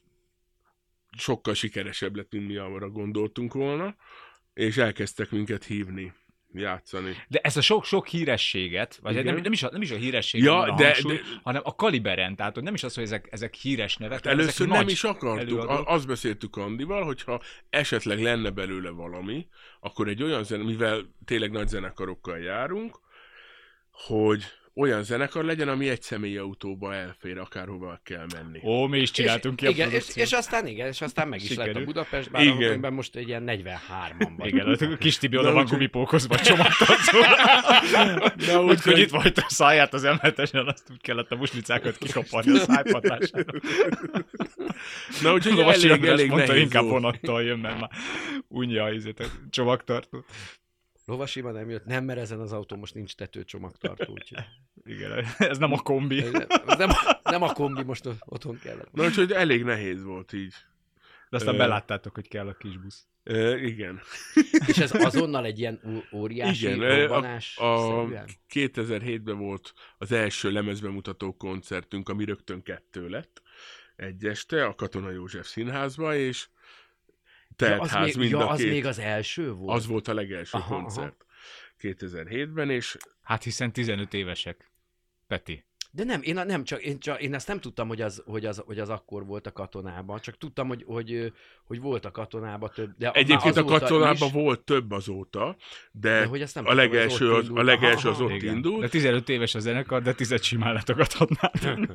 sokkal sikeresebb lett, mint mi arra gondoltunk volna, és elkezdtek minket hívni játszani. De ezt a sok hírességet, vagy nem is a hírességet Ja, van a de- hangsúly, hanem a kaliberen, tehát hogy nem is az, hogy ezek híres nevek. hanem Először ezek nem nagy is akartuk. előadók. Azt beszéltük Andival, hogyha esetleg lenne belőle valami, akkor egy olyan zene, mivel tényleg nagy zenekarokkal járunk, hogy olyan zenekar legyen, ami egy személyautóba elfér, akárhova kell menni. Ó, mi is csináltunk ki a igen, produkciót. és aztán meg is Sikerült. lett a Budapest, bár Igen. amiben most egy ilyen 43-an van. Igen, a kis Tibi oda Na, van úgyhogy- gumipókozva csomagtartóra. Úgyhogy itt volt a száját az M7-esen, azt úgy kellett a muslicákat kikaparni a szájpatására. Na, úgyhogy Lovasi elég András mondta, nehéz inkább volt. vonattal jön, mert már unja a csomagtartót. Lovasiban nem jött, nem, mert ezen az autó most nincs tetőcsomagtartó, úgyhogy Igen, ez nem a kombi. nem a kombi, most otthon kellett. Na, úgyhogy elég nehéz volt így. De aztán Ö, beláttátok, hogy kell a kis busz. Igen. És ez azonnal egy ilyen óriási Igen, robbanás szerűen? 2007-ben volt az első lemezbemutató koncertünk, ami rögtön 2 lett. Egy este a Katona József Színházba, és teltház mind a az két. még az első volt? Az volt a legelső Aha, koncert 2007-ben, és Hát hiszen 15 évesek. Peti. De nem, én ezt nem tudtam, hogy az akkor volt a Katonában, csak tudtam, hogy volt a Katonában több. De egyébként a azóta Katonában is, volt több azóta, de de hogy ezt nem a tudtam, hogy legelső ott az, indult. a legelső Aha, az ott Igen. indult. De 15 éves a zenekar, de 10 simán letagadhatnád.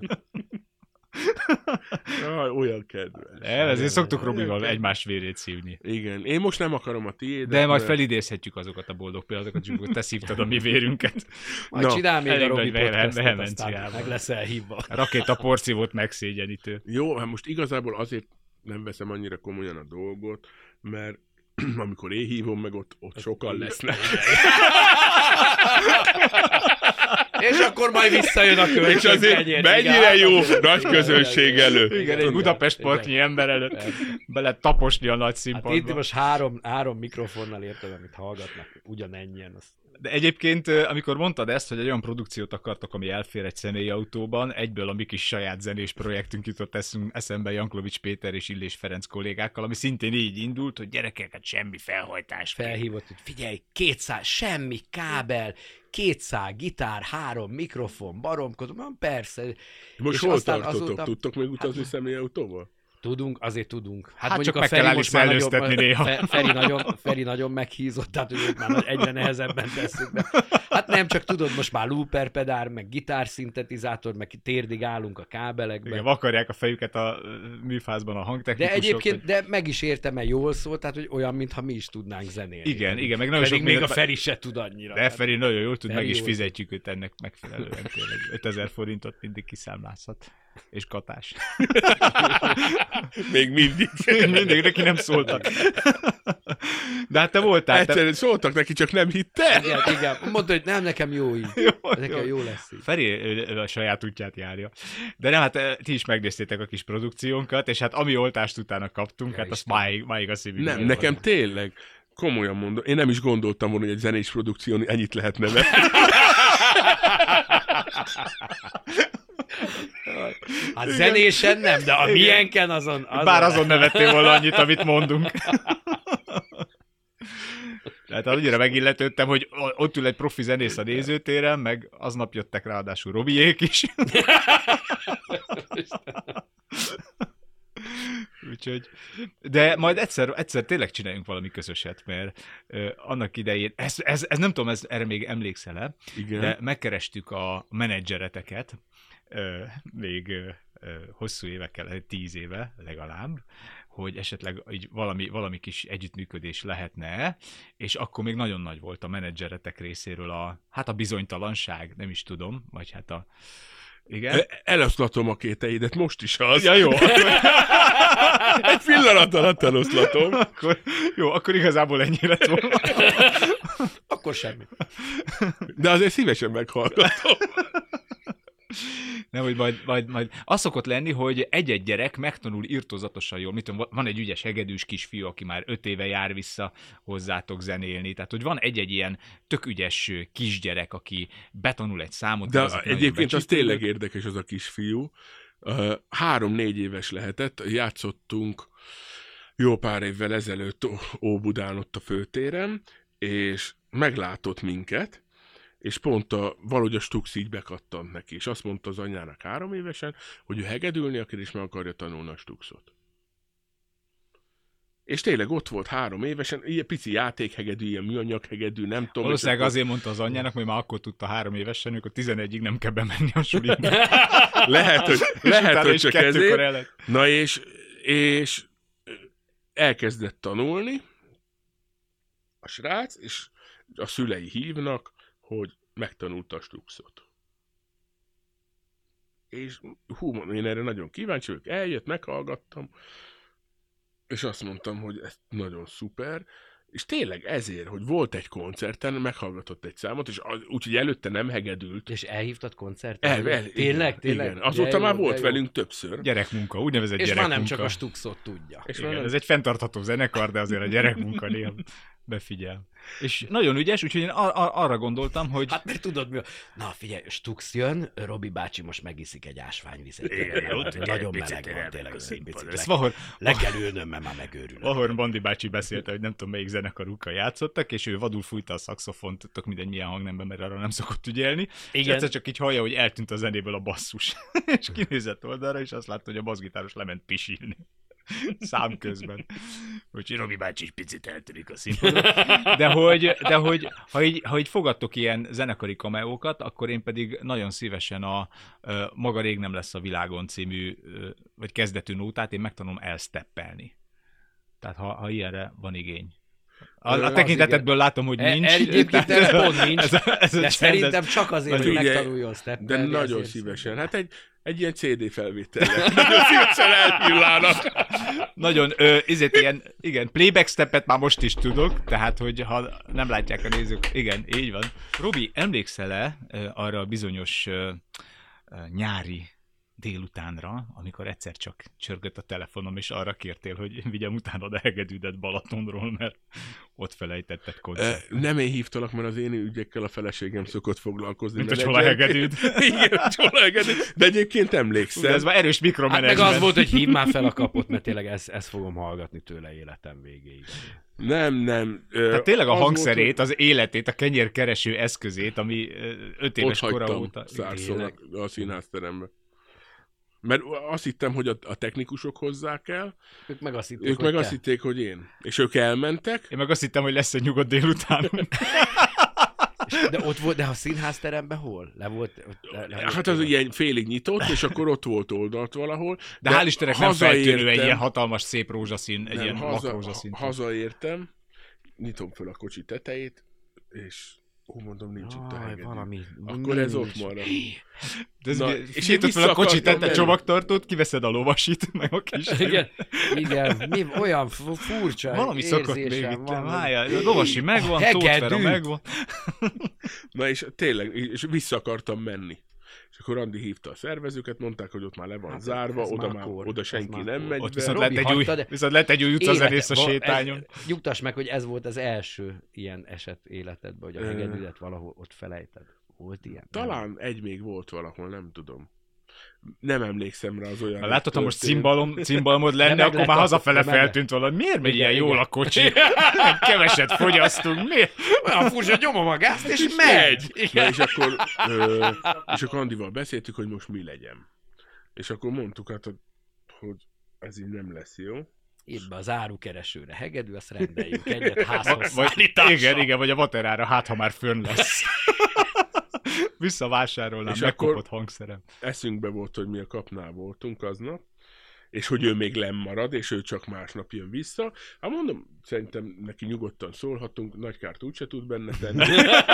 Jaj, olyan kedves. Ezért szoktuk Robival egymás vérét szívni. Igen, én most nem akarom a tiédet. De majd mert- felidézhetjük azokat a boldog pillanatokat, és akkor te szívtad a mi vérünket. Majd Na, csinál még elég a Robi nagy podcastot, aztán vehemenciával. meg lesz elhívva. Rakéta porció volt megszégyenítő. Jó, hát most igazából azért nem veszem annyira komolyan a dolgot, mert amikor én hívom meg, ott sokan lesznek. És akkor majd visszajön a kölcsön. És azért mennyire jó nagy közönség előtt. Igen, egy Budapest parknyi ember előtt bele taposni a nagy Hát itt színpadba. most három mikrofonnal érted, amit hallgatnak, ugyanennyien. Az... De egyébként, amikor mondtad ezt, hogy egy olyan produkciót akartok, ami elfér egy személyautóban, egyből a mi kis saját zenés projektünk jutott eszembe Janklovics Péter és Illés Ferenc kollégákkal, ami szintén így indult, hogy gyerekeket semmi felhajtás. Felhívott, hogy figyelj, 200, semmi kábel, 200 gitár, 3 mikrofon, baromkodom, mondom, persze. Most És hol aztán tartotok? azóta- Tudtok még utazni személyautóval? Azért tudunk. Hát mondjuk csak meg kell állni szellőztetni néha. Feri nagyon meghízott, tehát hogy őt már egyre nehezebben tesszük be. Hát nem, csak tudod, most már looper pedál, meg gitárszintetizátor, meg térdig állunk a kábelekben. Igen, vakarják a fejüket a műfázban a De hangtechnikusok. egyébként, de meg is értem, mert jól szól, tehát hogy olyan, mintha mi is tudnánk zenélni. Igen, meg nagyon Pedig sok még a mindent- Feri se tud annyira. De Feri nagyon jól tud, Feri meg is jól fizetjük őt ennek megfelelően tényleg. 5000 forintot mindig kiszámlázhat. És katás. Még mindig. Mindig neki nem szóltak. De hát te voltál. Egyszerűen szóltak neki, csak nem hitte. Igen. Mondta, hogy nem, nekem jó így. Nekem jó lesz így. Feri ő a saját útját járja. De nem, hát ti is megnéztétek a kis produkciónkat, és hát ami oltást utána kaptunk, Ja, hát az Istenem. máig a szívünkben Nem, van. nekem tényleg. Komolyan mondom. Én nem is gondoltam volna, hogy egy zenés produkción ennyit lehetne venni. Hát zenésen nem, de a milyenken azon... Bár azon nevettél volna annyit, amit mondunk. Tehát annyira megilletődtem, hogy ott ül egy profi zenész a nézőtéren, meg aznap jöttek ráadásul Robiék is. Úgyhogy, de majd egyszer tényleg csináljunk valami közöset, mert annak idején, ez nem tudom, erre még emlékszel-e, Igen. de megkerestük a menedzsereteket, még hosszú évekkel, 10 éve legalább, hogy esetleg így valami kis együttműködés lehetne, és akkor még nagyon nagy volt a menedzseretek részéről a bizonytalanság, nem is tudom, vagy hát a... Igen? Eloszlatom a kéteidet, most is az. Ja, jó. Egy pillanat alatt eloszlatom. Akkor igazából ennyi lett volna. Akkor semmi. De azért szívesen meghallgatom. Nem, hogy majd az szokott lenni, hogy egy-egy gyerek megtanul irtózatosan jól. Mit tudom, van egy ügyes hegedűs kisfiú, aki már 5 éve jár vissza hozzátok zenélni. Tehát, hogy van egy-egy ilyen tök ügyes kisgyerek, aki betanul egy számot. De azok nagyon egyébként az becsípődnek. tényleg érdekes az a kisfiú. 3-4 éves lehetett, játszottunk jó pár évvel ezelőtt Óbudán ott a főtéren, és meglátott minket, és pont valahogy a Stux így bekattant neki, és azt mondta az anyjának 3 évesen, hogy ő hegedülni akar, és meg akarja tanulni a Stuxot. És tényleg ott volt 3 évesen, ilyen pici játékhegedű, ilyen műanyag hegedű, nem tudom. Valószínűleg azért mondta az anyjának, hogy már akkor tudta 3 évesen, hogy 11-ig nem kell bemenni a suliba. Lehet, hogy csak ezért. Na és elkezdett tanulni a srác, és a szülei hívnak, hogy megtanulta a Stuxot. És én erre nagyon kíváncsi vagyok, eljött, meghallgattam, és azt mondtam, hogy ez nagyon szuper, és tényleg ezért, hogy volt egy koncerten, meghallgatott egy számot, és úgyhogy előtte nem hegedült. És elhívtad koncerten? Tényleg? Igen. Azóta már volt velünk többször. Gyerekmunka, úgynevezett és gyerekmunka. És már nem csak a Stuxot tudja. És igen, ez egy fenntartható zenekar, de azért a gyerekmunka néha befigyel. És nagyon ügyes, úgyhogy én arra gondoltam, hogy... Hát mert tudod mi? Na figyelj, Stux jön, Robi bácsi most megiszik egy ásványvizet. Nagyon meleg van tényleg a színpicit. Le kell ülnöm, mert már megőrülök. Ahol Bandi bácsi beszélte, hogy nem tudom melyik zenekarukkal játszottak, és ő vadul fújta a szaxofont, tök mindegy milyen hangnemben, mert arra nem szokott ügyelni. És egyszer csak így hallja, hogy eltűnt a zenéből a basszus. És kinézett oldalra, és azt látta, hogy a bassgitáros lement pisilni. Szám közben. Úgyhogy Robi bácsi is picit eltűnik a színpadon. De hogy ha így fogadtok ilyen zenekari cameókat, akkor én pedig nagyon szívesen a Maga rég nem lesz a világon című, vagy kezdetű nótát, én megtanulom elsteppelni. Tehát ha ilyenre van igény. A tekintetedből látom, hogy nincs. Egyébként ez pont nincs, de szerintem csak azért, hogy megtanuljon steppelni. De nagyon szívesen. Hát egy ilyen CD felvétellel. Nagyon szívesen elpillának. Nagyon, igen, playback steppet már most is tudok, tehát, hogy ha nem látják a nézők, igen, így van. Robi, emlékszel-e arra a bizonyos nyári délutánra, amikor egyszer csak csörgött a telefonom, és arra kértél, hogy vigyem utána a hegedűdet Balatonról, mert ott felejtetted koncert. Nem én hívtalak, mert az én ügyekkel a feleségem szokott foglalkozni. Mint a csolahegedűd. Igen, a csolahegedűd. De egyébként emlékszem. De ez már erős mikromanagement. Hát meg az volt, hogy hívd már fel a kapot, mert tényleg ezt fogom hallgatni tőle életem végéig. Nem. Tehát tényleg a hangszerét, az életét, a kenyérkereső eszközét, ami 5 éves kora óta... a színházterembe. Mert azt hittem, hogy a technikusok hozzák el. Ők meg azt hitték, hogy én. És ők elmentek. Én meg azt hittem, hogy lesz egy nyugodt délután. De ott volt, de a színházteremben hol? Hát az ilyen félig nyitott, és akkor ott volt oldalt valahol. De hál' Istennek nem feltűnő egy ilyen hatalmas, szép rózsaszín, egy ilyen lakrózsaszín. Hazaértem, nyitom föl a kocsi tetejét, és mondom, nincs itt a hegedű. Akkor ez ott marad. És nyitott fel a kocsit, tette csomagtartót, kiveszed a lovasit, meg a kis... Igen, olyan furcsa valami szokott még itt. A lovasi megvan, tótfera megvan. Na és tényleg, és vissza akartam menni. És akkor Andi hívta a szervezőket, mondták, hogy ott már le van zárva, oda senki nem megy be. Viszont lett egy új utcazenész a sétányon. Nyugtass meg, hogy ez volt az első ilyen eset életedben, hogy a hegedűdet valahol ott felejted. Volt ilyen? Talán egy még volt valahol, nem tudom. Nem emlékszem rá az olyan... Ha látod, ha most cimbalmod lenne, akkor már hazafele feltűnt valami. Miért megy ilyen jól a kocsi? Keveset fogyasztunk. Miért? Olyan furcsa, nyomom a gázt, és megy! Na, és akkor Andival beszéltük, hogy most mi legyen. És akkor mondtuk hát, hogy ez így nem lesz jó. Éppen az árukeresőre hegedű, azt rendeljük egyet házhoz szállítással. Igen, vagy a vaterára, hát ha már fönn lesz. Visszavásárolnám, megkapott hangszerem. Eszünkbe volt, hogy mi a kapnál voltunk aznap, és hogy ő még lenn marad, és ő csak másnap jön vissza. Hát mondom, szerintem neki nyugodtan szólhatunk, nagy kárt úgyse tud benne tenni.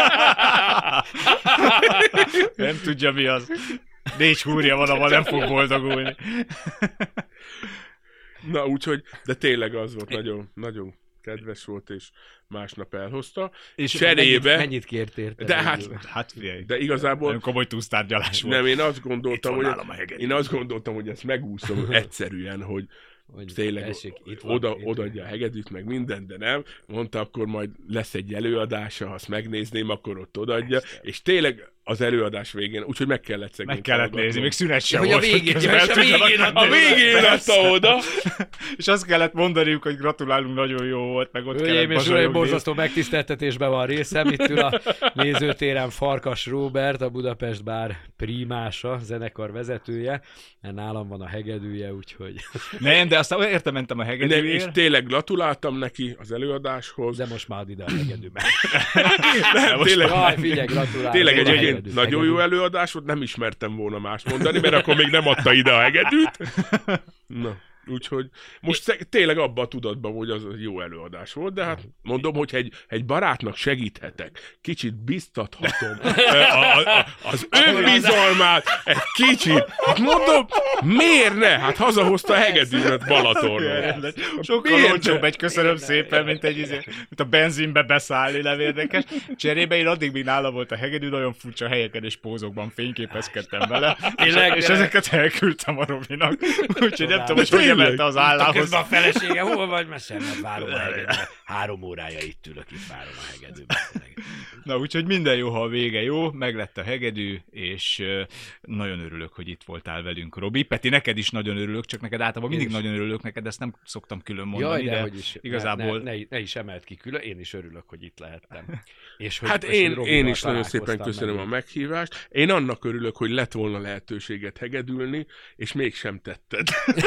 Nem tudja mi az. 4 húrja van, ahol nem fog boldogulni. Na úgyhogy, de tényleg az volt, nagyon, nagyon kedves volt, és másnap elhozta. És cserébe... Mennyit kért érte? De hát figyelj, de igazából... Nem komoly túlsztárgyalás volt. Nem, én azt gondoltam, hogy ezt megúszom egyszerűen, hogy tényleg odaadja a hegedűt, meg mindent, de nem. Mondta, akkor majd lesz egy előadása, ha azt megnézném, akkor ott odaadja. És tényleg az előadás végén, úgyhogy meg kellett szegény. Meg kellett nézni, még szünet sem hogy volt. a végén adta oda. És azt kellett mondaniuk, hogy gratulálunk, nagyon jó volt, meg ott kellett Hölgyeim és uraim, bazsajogni. borzasztó megtiszteltetésben van részem. Itt ül a nézőtéren Farkas Róbert, a Budapest Bár primása, zenekar vezetője. Mert nálam van a hegedűje, úgyhogy... Nem, de aztán értem mentem a És hegedűért. tényleg gratuláltam neki az előadáshoz. De most már add ide a hegedűbe. Nem, tényleg, Jaj, figyelj, gratulálok. tényleg Hol a egyébként hegedű? nagyon jó előadás volt, nem ismertem volna más mondani, mert akkor még nem adta ide a hegedűt. Na, úgyhogy most tényleg abban a tudatban, hogy az jó előadás volt, de hát mondom, hogy egy barátnak segíthetek, kicsit biztathatom az önbizalmát, egy kicsit, hát mondom, miért ne? Hát hazahozta a hegedűmet Balatonról. Sokkal Miért olcsóbb ne? egy köszönöm szépen, mint mint a benzinbe beszállni, nem érdekes. Cserébe én addig, míg nála volt a hegedű, nagyon furcsa helyeken és pózokban fényképezkedtem vele, és ezeket elküldtem a Robinak. Úgyhogy nem tudom, hogy hogy emelte az állához. Közben a felesége, hol vagy? Mert várom a hegedűbe. 3 órája itt ülök, itt várom a hegedűbe. Na, úgyhogy minden jó, ha a vége jó, meglett a hegedű, és nagyon örülök, hogy itt voltál velünk, Robi. Peti, neked is nagyon örülök, csak neked általában mindig nagyon örülök neked, ezt nem szoktam külön mondani, Jaj, de hogy is, igazából... ne is emelt ki külön, én is örülök, hogy itt lehettem. És hogy, Hát és hogy én Robival is nagyon szépen találkoztam köszönöm a megint. meghívást. Én annak örülök, hogy lett volna lehetőséget hegedülni, és mégsem tetted.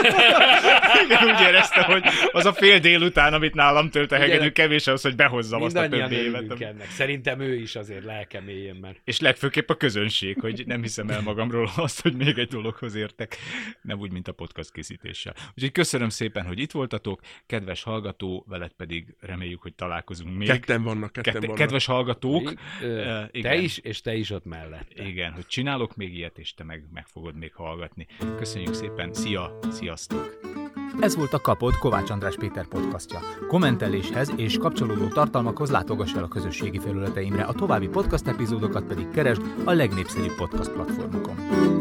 Úgy éreztem, hogy az a fél délután, amit nálam tölt a hegedű, Igen. kevés ahhoz, hogy behozzam azt a Mindannyian több évet. örülünk ennek. Szerintem ő is azért lelkeméjén, mert És legfőképp a közönség, hogy nem hiszem el magamról azt, hogy még egy dologhoz értek. Nem úgy, mint a podcast készítéssel. Úgyhogy köszönöm szépen, hogy itt voltatok. Kedves hallgató, veled pedig reméljük, hogy találkozunk még. Ketten vannak. Kedves hallgatók. te igen. is, és te is ott mellette. Igen, hogy csinálok még ilyet, és te meg fogod még hallgatni. Köszönjük szépen, sziasztok! Ez volt a Kapod Kovács András Péter podcastja. Kommenteléshez és kapcsolódó tartalmakhoz látogass el a közösségi felületeimre, a további podcast epizódokat pedig keresd a legnépszerűbb podcast platformokon.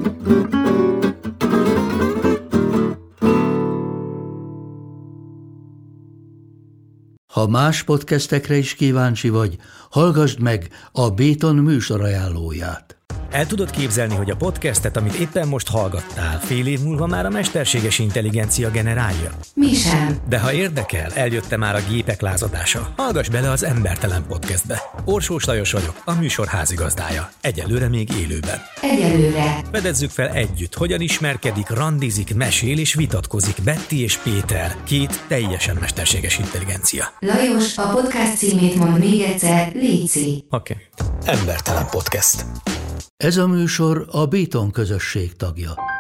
Ha más podcastekre is kíváncsi vagy, hallgassd meg a Béton műsor ajánlóját. El tudod képzelni, hogy a podcastet, amit éppen most hallgattál, fél év múlva már a mesterséges intelligencia generálja? Mi sem. De ha érdekel, eljött már a gépek lázadása. Hallgass bele az Embertelen Podcastbe. Orsós Lajos vagyok, a műsor házigazdája. Egyelőre még élőben. Egyelőre. Fedezzük fel együtt, hogyan ismerkedik, randizik, mesél és vitatkozik Betty és Péter, 2 teljesen mesterséges intelligencia. Lajos, a podcast címét mond még egyszer, léci. Oké. Embertelen Podcast. Ez a műsor a Béton közösség tagja.